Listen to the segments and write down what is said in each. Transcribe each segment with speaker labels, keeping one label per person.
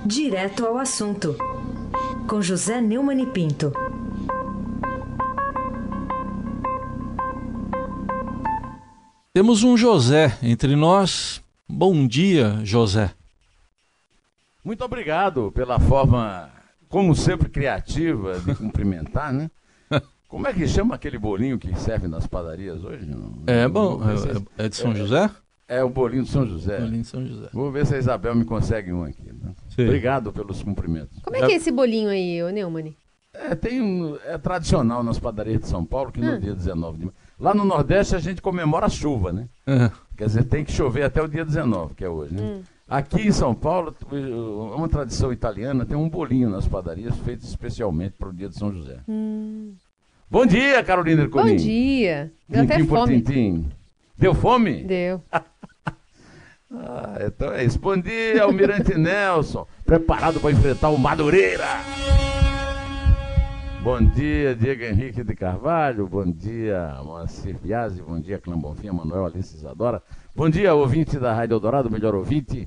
Speaker 1: Direto ao assunto, com José Neumann e Pinto.
Speaker 2: Temos um José entre nós. Bom dia, José.
Speaker 3: Muito obrigado pela forma, como sempre, criativa de cumprimentar, né? Como é que chama aquele bolinho que serve nas padarias hoje?
Speaker 2: É de São José?
Speaker 3: É o bolinho de São José.
Speaker 2: Bolinho de São José.
Speaker 3: Vou ver se a Isabel me consegue um aqui. Né? Obrigado pelos cumprimentos.
Speaker 4: Como é que é esse bolinho aí, ô Neumann?
Speaker 3: É tradicional nas padarias de São Paulo que no dia 19 de maio. Lá no Nordeste a gente comemora a chuva, né? Quer dizer, tem que chover até o dia 19, que é hoje, né? Aqui em São Paulo, uma tradição italiana, tem um bolinho nas padarias feito especialmente para o dia de São José. Bom dia, Carolina Ercolim.
Speaker 4: Bom dia. Deu até
Speaker 3: Tintim por
Speaker 4: fome.
Speaker 3: tintim. Deu fome?
Speaker 4: Deu.
Speaker 3: Então é isso. Bom dia, Almirante Nelson. Preparado para enfrentar o Madureira. Bom dia, Diego Henrique de Carvalho. Bom dia, Moacir Biasi. Bom dia, Clã Bonfim, Manuel Alice Isadora. Bom dia, ouvinte da Rádio Eldorado, melhor ouvinte,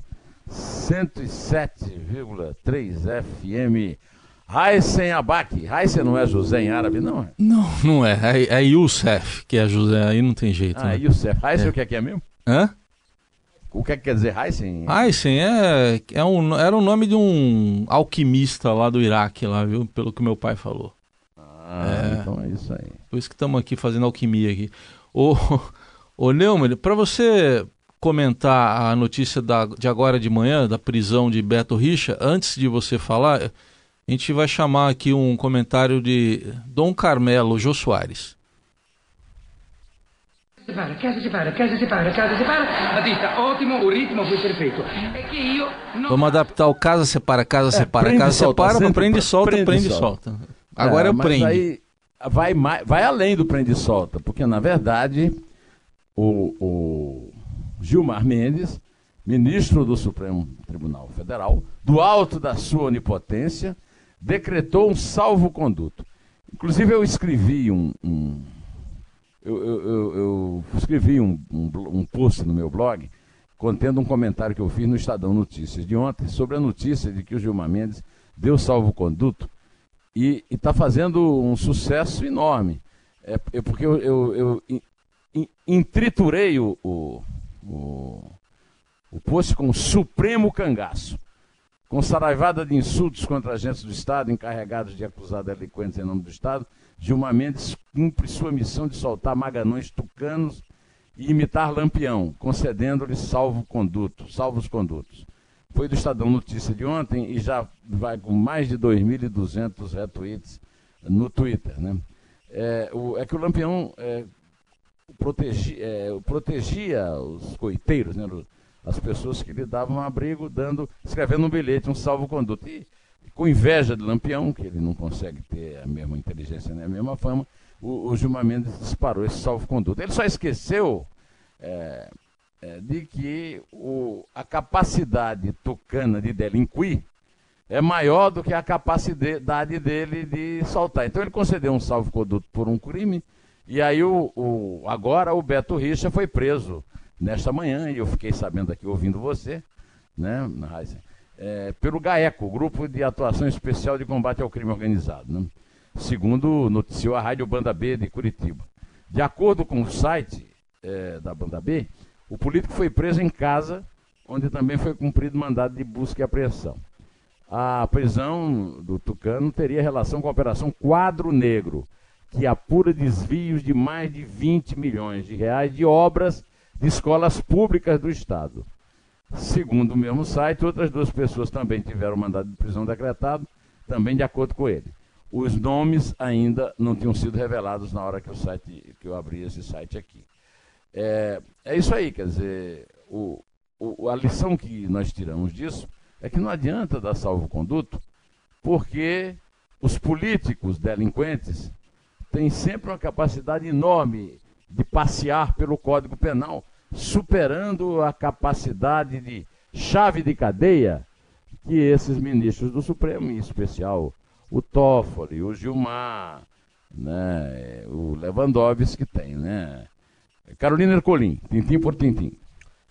Speaker 3: 107,3 FM. Raíssen Abac. Raíssen não é José em árabe, não é?
Speaker 2: Não é. É Youssef, que é José. Aí não tem jeito.
Speaker 3: Né? Youssef. Raíssen o que é mesmo?
Speaker 2: Hã?
Speaker 3: O que quer dizer Raíssen?
Speaker 2: Raíssen era o nome de um alquimista lá do Iraque, lá, viu? Pelo que meu pai falou.
Speaker 3: Então é isso aí.
Speaker 2: Por isso que estamos aqui fazendo alquimia aqui. Ô Neumann, para você comentar a notícia de agora de manhã, da prisão de Beto Richa, antes de você falar, a gente vai chamar aqui um comentário de Dom Carmelo Jô Soares.
Speaker 5: Casa separa. A vista, ótimo, o ritmo foi perfeito. É que eu não...
Speaker 2: Vamos adaptar o casa separa, casa separa, prende e solta. Agora eu prendo.
Speaker 3: Aí vai além do prende e solta, porque na verdade o Gilmar Mendes, ministro do Supremo Tribunal Federal, do alto da sua onipotência, decretou um salvo-conduto. Inclusive eu escrevi eu escrevi um post no meu blog contendo um comentário que eu fiz no Estadão Notícias de ontem sobre a notícia de que o Gilmar Mendes deu salvo-conduto e está fazendo um sucesso enorme. Porque eu intriturei o post com o Supremo Cangaço, com saraivada de insultos contra agentes do Estado encarregados de acusar delinquentes em nome do Estado. Gilmar Mendes cumpre sua missão de soltar maganões tucanos e imitar Lampião, concedendo-lhe salvos condutos. Foi do Estadão Notícia de ontem e já vai com mais de 2.200 retweets no Twitter. Né? Que o Lampião protegia os coiteiros, né? As pessoas que lhe davam abrigo, escrevendo um bilhete, um salvo-conduto. E com inveja de Lampião, que ele não consegue ter a mesma inteligência nem a mesma fama, o Gilmar Mendes disparou esse salvo-conduto. Ele só esqueceu de que a capacidade tucana de delinquir é maior do que a capacidade dele de soltar. Então ele concedeu um salvo-conduto por um crime, e aí agora o Beto Richa foi preso nesta manhã, e eu fiquei sabendo aqui, ouvindo você, né, pelo GAECO, Grupo de Atuação Especial de Combate ao Crime Organizado, né? Segundo noticiou a Rádio Banda B de Curitiba. De acordo com o site da Banda B, o político foi preso em casa, onde também foi cumprido mandado de busca e apreensão. A prisão do tucano teria relação com a Operação Quadro Negro, que apura desvios de mais de 20 milhões de reais de obras de escolas públicas do Estado. Segundo o mesmo site, outras 2 pessoas também tiveram mandado de prisão decretado, também de acordo com ele. Os nomes ainda não tinham sido revelados na hora que eu abri esse site aqui. É isso aí, quer dizer, a lição que nós tiramos disso é que não adianta dar salvo-conduto, porque os políticos delinquentes têm sempre uma capacidade enorme de passear pelo Código Penal, superando a capacidade de chave de cadeia que esses ministros do Supremo, em especial o Toffoli, o Gilmar, né, o Lewandowski, têm, né? Carolina Ercolim, tintim por tintim.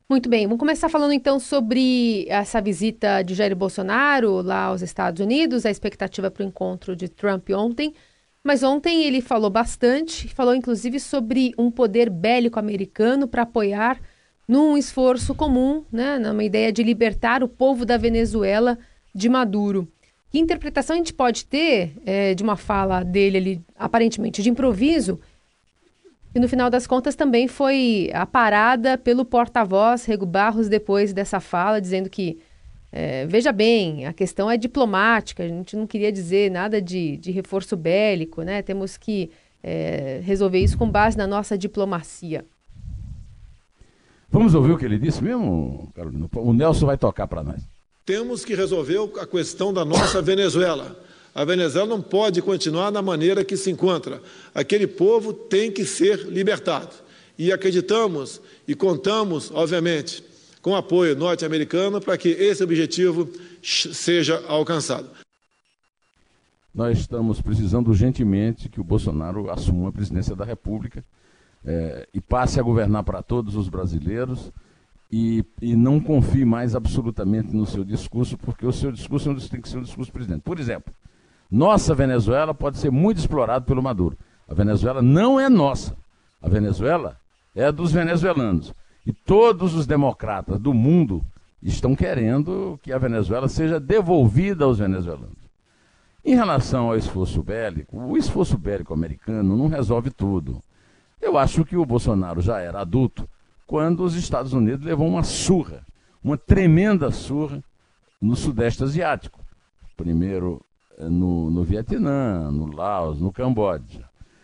Speaker 4: Muito bem, vamos começar falando então sobre essa visita de Jair Bolsonaro lá aos Estados Unidos, a expectativa para o encontro de Trump ontem. Mas ontem ele falou bastante, falou inclusive sobre um poder bélico americano para apoiar num esforço comum, né, numa ideia de libertar o povo da Venezuela de Maduro. Que interpretação a gente pode ter de uma fala dele ali, aparentemente de improviso, e no final das contas também foi aparada pelo porta-voz Rego Barros depois dessa fala, dizendo que, veja bem, a questão é diplomática, a gente não queria dizer nada de reforço bélico, né? Temos que resolver isso com base na nossa diplomacia.
Speaker 3: Vamos ouvir o que ele disse mesmo, Carolina? O Nelson vai tocar para nós.
Speaker 6: Temos que resolver a questão da nossa Venezuela. A Venezuela não pode continuar da maneira que se encontra. Aquele povo tem que ser libertado. E acreditamos e contamos, obviamente, com o apoio norte-americano para que esse objetivo seja alcançado.
Speaker 3: Nós estamos precisando urgentemente que o Bolsonaro assuma a presidência da República e passe a governar para todos os brasileiros e não confie mais absolutamente no seu discurso, porque o seu discurso tem que ser um discurso do presidente. Por exemplo, nossa Venezuela pode ser muito explorada pelo Maduro. A Venezuela não é nossa. A Venezuela é dos venezuelanos. E todos os democratas do mundo estão querendo que a Venezuela seja devolvida aos venezuelanos. Em relação ao esforço bélico, o esforço bélico americano não resolve tudo. Eu acho que o Bolsonaro já era adulto quando os Estados Unidos levou uma surra, uma tremenda surra no Sudeste Asiático. Primeiro no Vietnã, no Laos, no Camboja.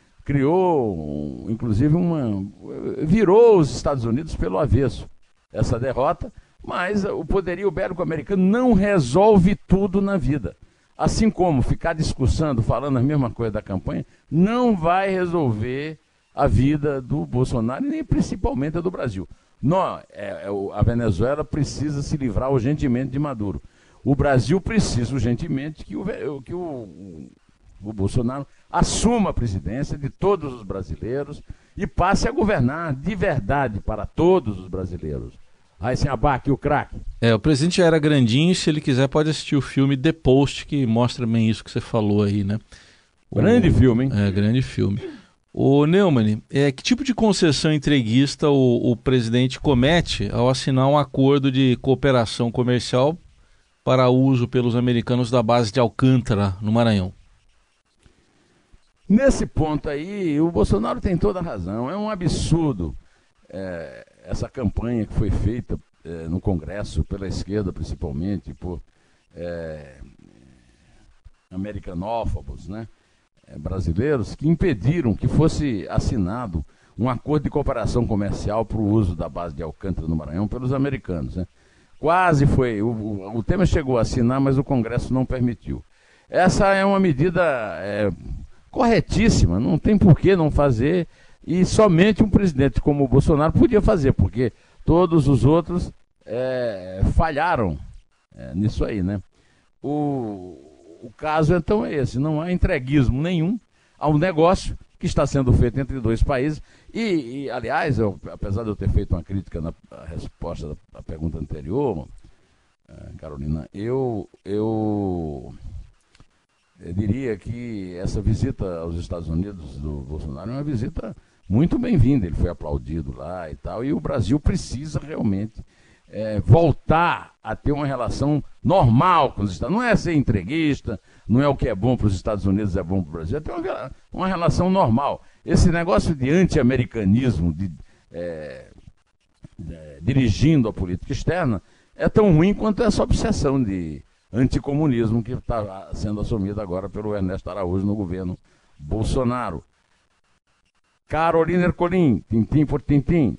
Speaker 3: Criou, inclusive, virou os Estados Unidos pelo avesso essa derrota, mas o poderio bélico americano não resolve tudo na vida. Assim como ficar discursando, falando a mesma coisa da campanha, não vai resolver a vida do Bolsonaro e nem principalmente a do Brasil. Não, a Venezuela precisa se livrar urgentemente de Maduro. O Brasil precisa urgentemente que o Bolsonaro assuma a presidência de todos os brasileiros e passe a governar de verdade para todos os brasileiros. Aí sem abaque o craque.
Speaker 2: O presidente já era grandinho e se ele quiser pode assistir o filme The Post, que mostra bem isso que você falou aí, né?
Speaker 3: Grande filme, hein?
Speaker 2: Grande filme. Ô Neumann, que tipo de concessão entreguista o presidente comete ao assinar um acordo de cooperação comercial para uso pelos americanos da base de Alcântara, no Maranhão?
Speaker 3: Nesse ponto aí, o Bolsonaro tem toda a razão. É um absurdo essa campanha que foi feita no Congresso, pela esquerda principalmente, por americanófobos, né? Brasileiros, que impediram que fosse assinado um acordo de cooperação comercial para o uso da base de Alcântara, no Maranhão, pelos americanos, né? Quase foi. O Temer chegou a assinar, mas o Congresso não permitiu. Essa é uma medida corretíssima, não tem por que não fazer, e somente um presidente como o Bolsonaro podia fazer, porque todos os outros falharam nisso aí, né? O caso, então, é esse. Não há entreguismo nenhum a um negócio que está sendo feito entre dois países. E aliás, apesar de eu ter feito uma crítica na resposta da pergunta anterior, Carolina, eu diria que essa visita aos Estados Unidos do Bolsonaro é uma visita muito bem-vinda. Ele foi aplaudido lá e tal. E o Brasil precisa realmente voltar a ter uma relação normal com os Estados Unidos. Não é ser entreguista, não é o que é bom para os Estados Unidos é bom para o Brasil, é ter uma relação normal. Esse negócio de anti-americanismo, dirigindo a política externa, é tão ruim quanto essa obsessão de anticomunismo que está sendo assumida agora pelo Ernesto Araújo no governo Bolsonaro. Carolina Ercolim, tintim por tintim.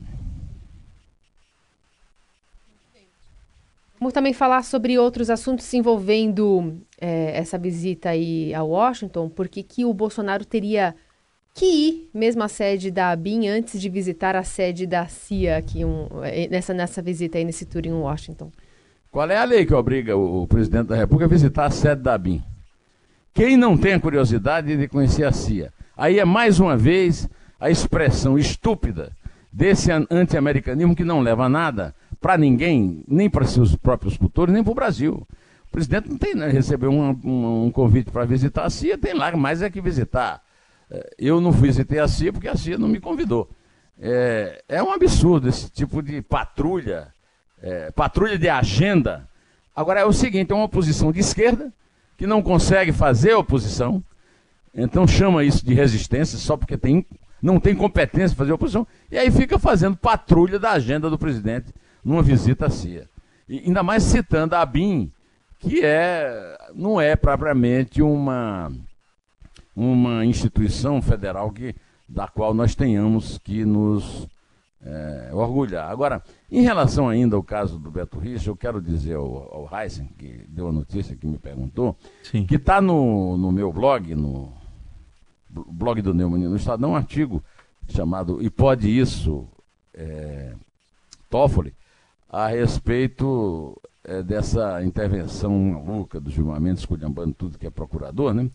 Speaker 4: Vamos também falar sobre outros assuntos envolvendo essa visita aí a Washington, porque que o Bolsonaro teria que ir mesmo à sede da ABIN antes de visitar a sede da CIA aqui nessa visita aí, nesse tour em Washington.
Speaker 3: Qual é a lei que obriga o presidente da República a visitar a sede da ABIN? Quem não tem a curiosidade de conhecer a CIA? Aí é mais uma vez a expressão estúpida desse anti-americanismo que não leva a nada, para ninguém, nem para seus próprios cultores, nem para o Brasil. O presidente não tem, né, recebeu um convite para visitar a CIA, tem lá mais é que visitar. Eu não visitei a CIA porque a CIA não me convidou. É um absurdo esse tipo de patrulha de agenda. Agora é o seguinte, é uma oposição de esquerda que não consegue fazer oposição, então chama isso de resistência só porque não tem competência para fazer oposição, e aí fica fazendo patrulha da agenda do presidente numa visita à CIA. E ainda mais citando a ABIN, que não é propriamente uma instituição federal da qual nós tenhamos que nos orgulhar. Agora, em relação ainda ao caso do Beto Richa, eu quero dizer ao Heisen, que deu a notícia, que me perguntou,
Speaker 2: Sim.
Speaker 3: que está no meu blog, no blog do Neumann, no Estadão, um artigo chamado E Pode Isso, Toffoli, a respeito dessa intervenção maluca do Gilmar Mendes, esculhambando tudo que é procurador, né?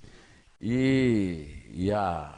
Speaker 3: E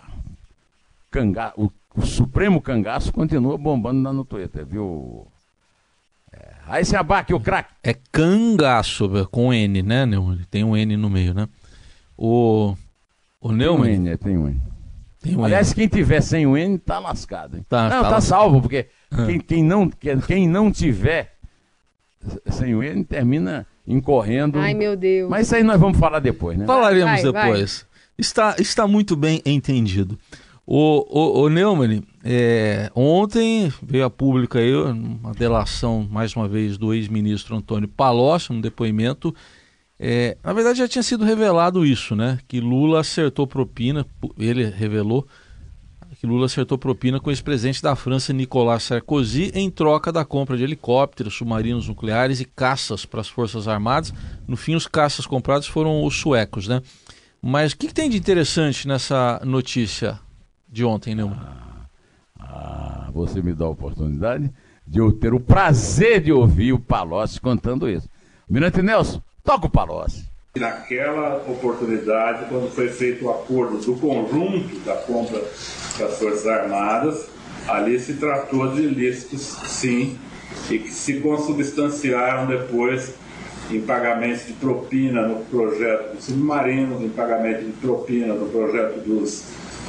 Speaker 3: o Supremo Cangaço continua bombando lá no Twitter, viu? Aí se abaque o craque.
Speaker 2: É cangaço, com N, né, Neumann? Tem um N no meio, né? O Neumann...
Speaker 3: Tem um N.
Speaker 2: Tem um
Speaker 3: Aliás,
Speaker 2: N.
Speaker 3: quem tiver sem o N tá lascado. Hein?
Speaker 2: Tá
Speaker 3: salvo, porque quem não tiver sem o N termina incorrendo.
Speaker 4: Ai, meu Deus.
Speaker 3: Mas isso aí nós vamos falar depois, né?
Speaker 2: Falaremos
Speaker 4: Vai.
Speaker 2: depois. Está muito bem entendido. O Neumann, ontem veio a público aí uma delação, mais uma vez, do ex-ministro Antônio Palocci, um depoimento. Na verdade já tinha sido revelado isso, né? Que Lula acertou propina, ele revelou que Lula acertou propina com o ex-presidente da França, Nicolas Sarkozy, em troca da compra de helicópteros, submarinos nucleares e caças para as Forças Armadas. No fim, os caças comprados foram os suecos, né? Mas o que tem de interessante nessa notícia de ontem, Neumann?
Speaker 3: Você me dá a oportunidade de eu ter o prazer de ouvir o Palocci contando isso. Mirante Nelson, toca o Palocci.
Speaker 7: Naquela oportunidade, quando foi feito o acordo do conjunto da compra das Forças Armadas, ali se tratou de ilícitos, sim, e que se consubstanciaram depois em pagamentos de propina no projeto dos submarinos, em pagamento de propina no projeto dos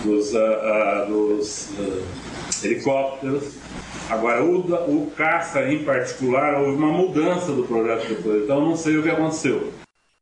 Speaker 7: helicópteros. Agora, o caça em particular, houve uma mudança do projeto depois, então não sei o que aconteceu.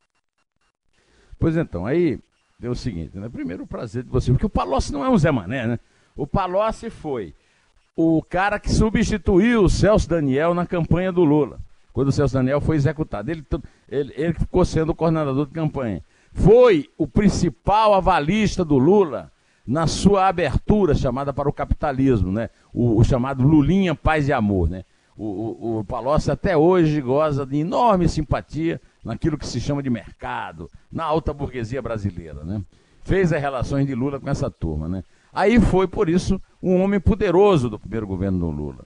Speaker 3: Pois então, aí deu o seguinte, né? Primeiro o prazer de você, porque o Palocci não é um Zé Mané, né? O Palocci foi o cara que substituiu o Celso Daniel na campanha do Lula, quando o Celso Daniel foi executado. Ele ficou sendo o coordenador de campanha. Foi o principal avalista do Lula na sua abertura chamada para o capitalismo, né? O chamado Lulinha Paz e Amor, né? O Palocci até hoje goza de enorme simpatia naquilo que se chama de mercado, na alta burguesia brasileira, né? Fez as relações de Lula com essa turma, né? Aí foi, por isso, um homem poderoso do primeiro governo do Lula.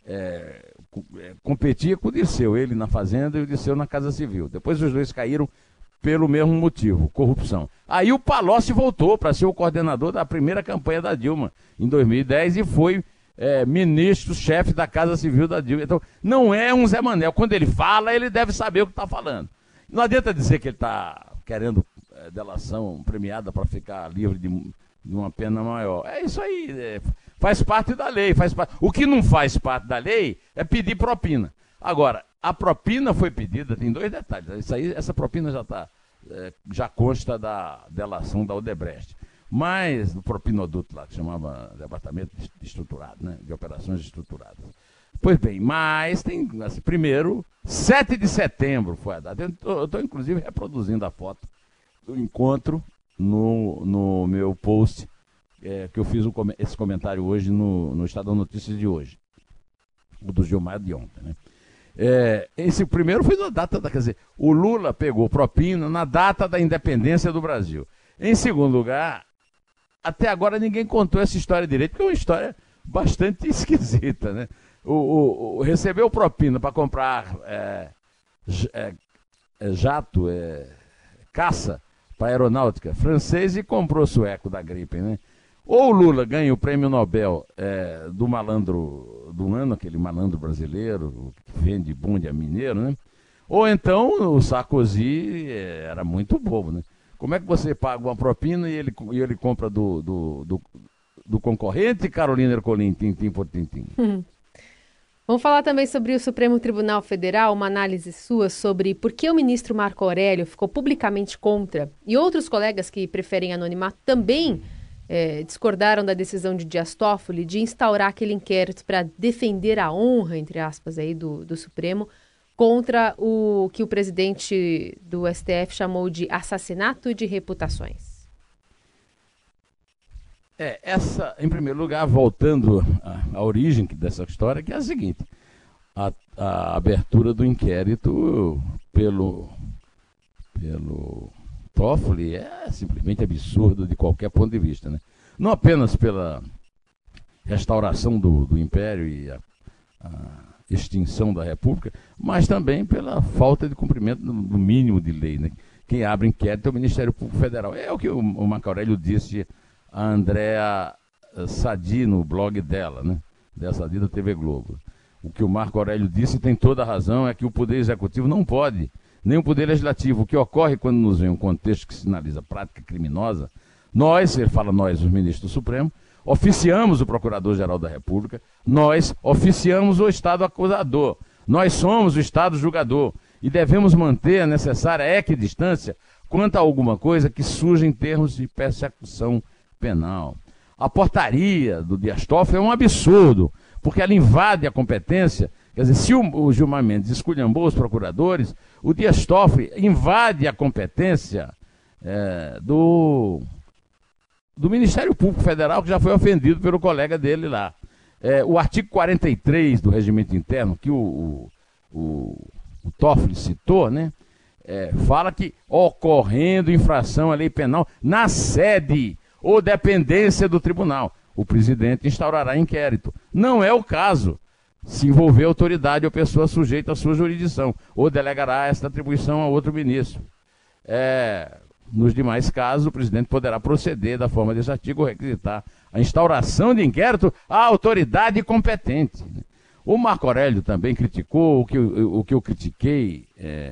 Speaker 3: Competia com o Dirceu, ele na Fazenda e o Dirceu na Casa Civil. Depois os dois caíram pelo mesmo motivo, corrupção. Aí o Palocci voltou para ser o coordenador da primeira campanha da Dilma, em 2010, e foi ministro-chefe da Casa Civil da Dilma. Então, não é um Zé Manel. Quando ele fala, ele deve saber o que está falando. Não adianta dizer que ele está querendo delação premiada para ficar livre de uma pena maior. É isso aí, faz parte da lei. O que não faz parte da lei é pedir propina. Agora, a propina foi pedida, tem dois detalhes. Essa propina já consta da delação da Odebrecht. Mas do propinoduto lá, que chamava Departamento Estruturado, né, de Operações Estruturadas. Pois bem, mas tem, assim, primeiro, 7 de setembro foi a data. Eu estou, inclusive, reproduzindo a foto do encontro no meu post, que eu fiz esse comentário hoje no Estadão Notícias de hoje, o do Gilmar de ontem, né? Esse primeiro foi na data quer dizer, o Lula pegou propina na data da independência do Brasil. Em segundo lugar, até agora ninguém contou essa história direito, porque é uma história bastante esquisita, né? Recebeu propina para comprar jato, caça para aeronáutica francês e comprou sueco da Gripen, né? Ou o Lula ganha o prêmio Nobel do malandro do ano, aquele malandro brasileiro que vende bonde a mineiro, né? Ou então o Sarkozy era muito bobo, né? Como é que você paga uma propina e ele compra do concorrente, Carolina Ercolim, tintim por tintim?
Speaker 4: Vamos falar também sobre o Supremo Tribunal Federal, uma análise sua sobre por que o ministro Marco Aurélio ficou publicamente contra e outros colegas que preferem anonimato também discordaram da decisão de Dias Toffoli de instaurar aquele inquérito para defender a honra, entre aspas, aí, do Supremo, contra o que o presidente do STF chamou de assassinato de reputações.
Speaker 3: Em primeiro lugar, voltando à origem dessa história, que é a seguinte: a abertura do inquérito pelo Toffoli é simplesmente absurdo de qualquer ponto de vista, né? Não apenas pela restauração do Império e a extinção da República, mas também pela falta de cumprimento do mínimo de lei, né? Quem abre inquérito é o Ministério Público Federal. É o que o Marco Aurélio disse a Andréa Sadi no blog dela, né? Dessa Sadi da TV Globo. O que o Marco Aurélio disse tem toda a razão, é que o Poder Executivo não pode, nem o Poder Legislativo. O que ocorre quando nos vem um contexto que sinaliza prática criminosa, ele fala nós, os ministros do Supremo, oficiamos o Procurador-Geral da República, nós oficiamos o Estado acusador, nós somos o Estado julgador e devemos manter a necessária equidistância quanto a alguma coisa que surja em termos de persecução penal. A portaria do Dias Toffoli é um absurdo, porque ela invade a competência. Quer dizer, se o Gilmar Mendes esculhambou os procuradores, o Dias Toffoli invade a competência do Ministério Público Federal, que já foi ofendido pelo colega dele lá. O artigo 43 do Regimento Interno, que o Toffoli citou, né, fala que ocorrendo infração à lei penal na sede ou dependência do tribunal, o presidente instaurará inquérito. Não é o caso se envolver autoridade ou pessoa sujeita à sua jurisdição, ou delegará esta atribuição a outro ministro. Nos demais casos, o presidente poderá proceder da forma desse artigo ou requisitar a instauração de inquérito à autoridade competente. O Marco Aurélio também criticou o que eu critiquei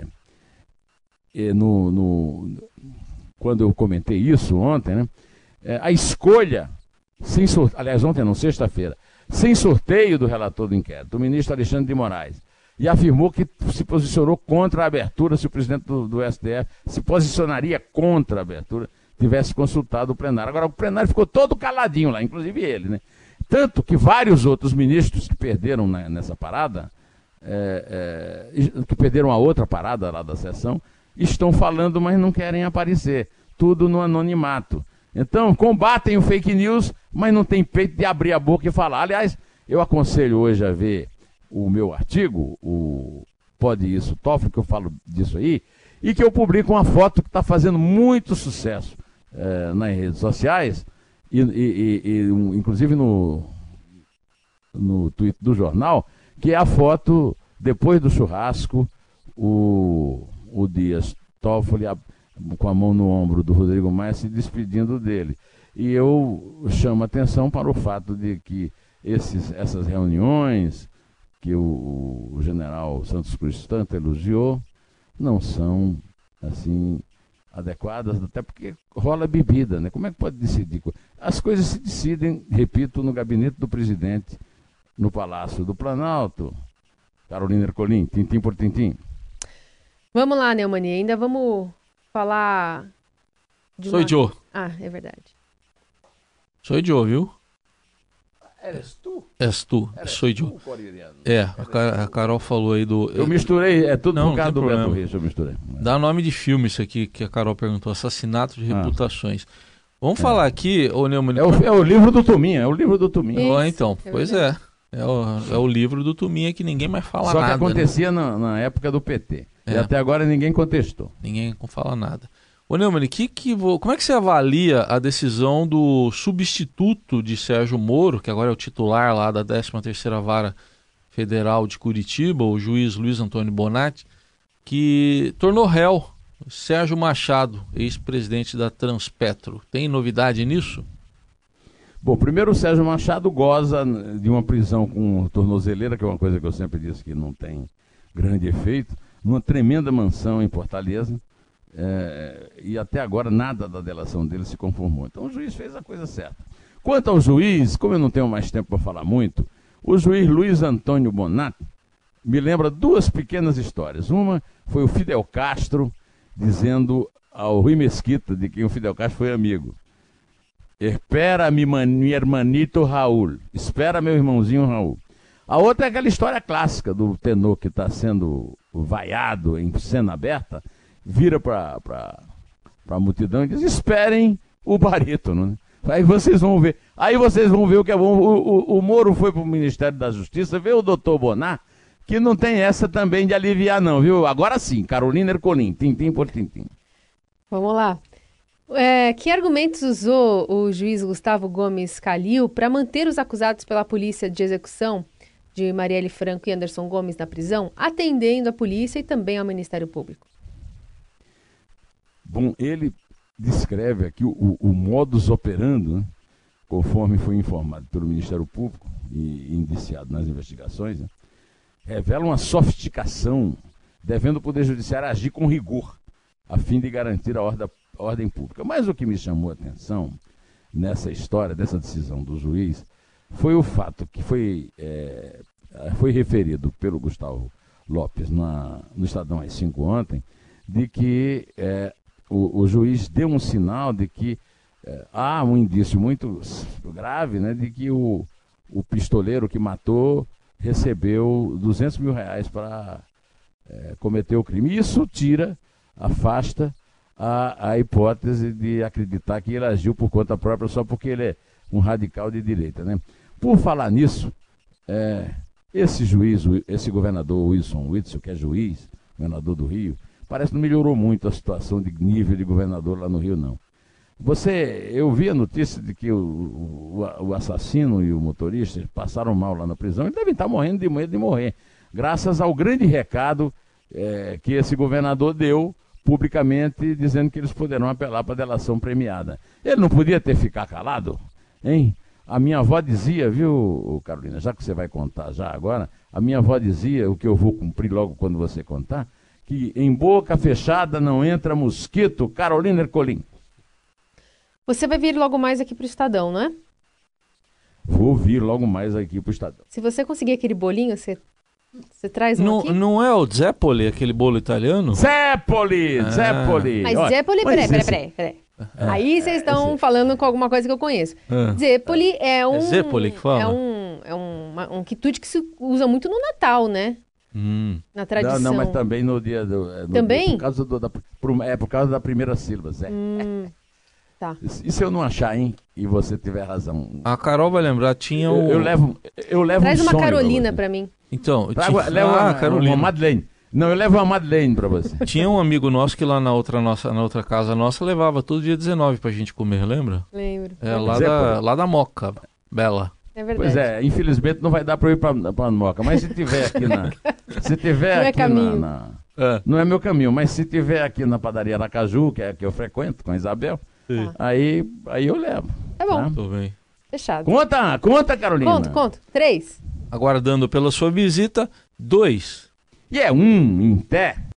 Speaker 3: quando eu comentei isso ontem, né? A escolha, aliás, ontem não, sexta-feira, sem sorteio do relator do inquérito, o ministro Alexandre de Moraes, e afirmou que se posicionou contra a abertura se o presidente do STF se posicionaria contra a abertura, tivesse consultado o plenário. Agora, o plenário ficou todo caladinho lá, inclusive ele, né? Tanto que vários outros ministros que perderam nessa parada, que perderam a outra parada lá da sessão, estão falando, mas não querem aparecer. Tudo no anonimato. Então, combatem o fake news, mas não tem peito de abrir a boca e falar. Aliás, eu aconselho hoje a ver o meu artigo, o Pode Isso Toffoli, que eu falo disso aí, e que eu publico uma foto que está fazendo muito sucesso nas redes sociais, inclusive no Twitter do jornal, que é a foto, depois do churrasco, o Dias Toffoli com a mão no ombro do Rodrigo Maia se despedindo dele. E eu chamo a atenção para o fato de que essas reuniões que o general Santos Cruz tanto elogiou não são assim adequadas, até porque rola bebida, né? Como é que pode decidir? As coisas se decidem, repito, no gabinete do presidente, no Palácio do Planalto. Carolina Ercolim, tintim por tintim.
Speaker 4: Vamos lá, Neumani, ainda vamos falar de
Speaker 2: Sou Joe.
Speaker 4: Ah, é verdade.
Speaker 2: Sou Joe, viu?
Speaker 3: Eres tu?
Speaker 2: És tu, sou Joe. A Carol falou aí do...
Speaker 3: Eu misturei, tudo
Speaker 2: não,
Speaker 3: por causa do
Speaker 2: problema.
Speaker 3: Beto Richa, eu misturei.
Speaker 2: Dá nome de filme isso aqui que a Carol perguntou, Assassinato de Reputações. Vamos falar aqui, ô Neumann...
Speaker 3: É o livro do Tuminha,
Speaker 2: Então, pois é. É o livro do Tuminha que ninguém mais fala nada.
Speaker 3: Só que acontecia, né? na época do PT. E até agora ninguém contestou.
Speaker 2: Ninguém fala nada. Ô Neumann, como é que você avalia a decisão do substituto de Sérgio Moro, que agora é o titular lá da 13ª Vara Federal de Curitiba, o juiz Luiz Antônio Bonatti, que tornou réu Sérgio Machado, ex-presidente da Transpetro? Tem novidade nisso?
Speaker 3: Bom, primeiro o Sérgio Machado goza de uma prisão com tornozeleira, que é uma coisa que eu sempre disse que não tem grande efeito, numa tremenda mansão em Fortaleza, e até agora nada da delação dele se conformou. Então o juiz fez a coisa certa. Quanto ao juiz, como eu não tenho mais tempo para falar muito, o juiz Luiz Antônio Bonatti me lembra duas pequenas histórias. Uma foi o Fidel Castro dizendo ao Rui Mesquita, de quem o Fidel Castro foi amigo: espera mi hermanito Raul, espera meu irmãozinho Raul. A outra é aquela história clássica do tenor que está sendo vaiado em cena aberta, vira para a multidão e diz: esperem o barítono, né? Aí vocês vão ver o que é bom. O Moro foi para o Ministério da Justiça, vê o doutor Bonar, que não tem essa também de aliviar não, viu? Agora sim, Carolina Ercolim, tintim por tintim.
Speaker 4: Vamos lá. Que argumentos usou o juiz Gustavo Gomes Calil para manter os acusados pela polícia de execução de Marielle Franco e Anderson Gomes na prisão, atendendo a polícia e também ao Ministério Público?
Speaker 3: Bom, ele descreve aqui o modus operandi, né, conforme foi informado pelo Ministério Público e indiciado nas investigações, né, revela uma sofisticação, devendo o Poder Judiciário agir com rigor, a fim de garantir a ordem pública. Mas o que me chamou a atenção nessa história, dessa decisão do juiz, foi o fato que foi referido pelo Gustavo Lopes no Estadão às 5 ontem, de que o juiz deu um sinal de que há um indício muito grave, né, de que o pistoleiro que matou recebeu R$200 mil para cometer o crime. Isso afasta a hipótese de acreditar que ele agiu por conta própria só porque ele é um radical de direita, né? Por falar nisso, esse governador Wilson Witzel, que é juiz, governador do Rio, parece que não melhorou muito a situação de nível de governador lá no Rio, não. Eu vi a notícia de que o assassino e o motorista passaram mal lá na prisão e devem estar morrendo de medo de morrer, graças ao grande recado que esse governador deu publicamente, dizendo que eles poderão apelar para a delação premiada. Ele não podia ter ficado calado, hein? A minha avó dizia, viu, Carolina, já que você vai contar já agora, a minha avó dizia, o que eu vou cumprir logo quando você contar, que em boca fechada não entra mosquito. Carolina Ercolim.
Speaker 4: Você vai vir logo mais aqui para o Estadão, não é?
Speaker 3: Vou vir logo mais aqui para o Estadão.
Speaker 4: Se você conseguir aquele bolinho, você traz um aqui?
Speaker 2: Não é o Zeppoli, aquele bolo italiano?
Speaker 3: Zeppoli!
Speaker 4: Mas Zeppoli, peraí. Aí vocês estão falando com alguma coisa que eu conheço. Zeppoli é um...
Speaker 2: É Zeppoli que fala?
Speaker 4: É um quitute que se usa muito no Natal, né? Na tradição.
Speaker 3: Não, mas também no dia do...
Speaker 4: também?
Speaker 3: Por causa da primeira sílaba, Zé.
Speaker 4: Tá.
Speaker 3: E se eu não achar, hein? E você tiver razão?
Speaker 2: A Carol vai lembrar, tinha
Speaker 3: o... Eu levo
Speaker 4: Traz
Speaker 3: um
Speaker 4: uma
Speaker 3: sonho
Speaker 4: Carolina pra mim.
Speaker 2: Então,
Speaker 3: leva uma Madeleine. Não, eu levo uma Madeleine pra você.
Speaker 2: Tinha um amigo nosso que lá na outra casa nossa levava todo dia 19 pra gente comer, lembra?
Speaker 4: Lembro.
Speaker 2: Lá da Moca, Bela.
Speaker 4: É verdade.
Speaker 3: Pois é, infelizmente não vai dar pra eu ir pra Moca, mas se tiver aqui não é meu caminho, mas se tiver aqui na padaria Aracaju, que eu frequento com a Isabel, aí eu levo.
Speaker 4: É bom.
Speaker 2: Tudo bem.
Speaker 4: Fechado.
Speaker 3: Conta, Carolina.
Speaker 4: Conto. 3.
Speaker 2: Aguardando pela sua visita. 2.
Speaker 3: E é 1 em pé.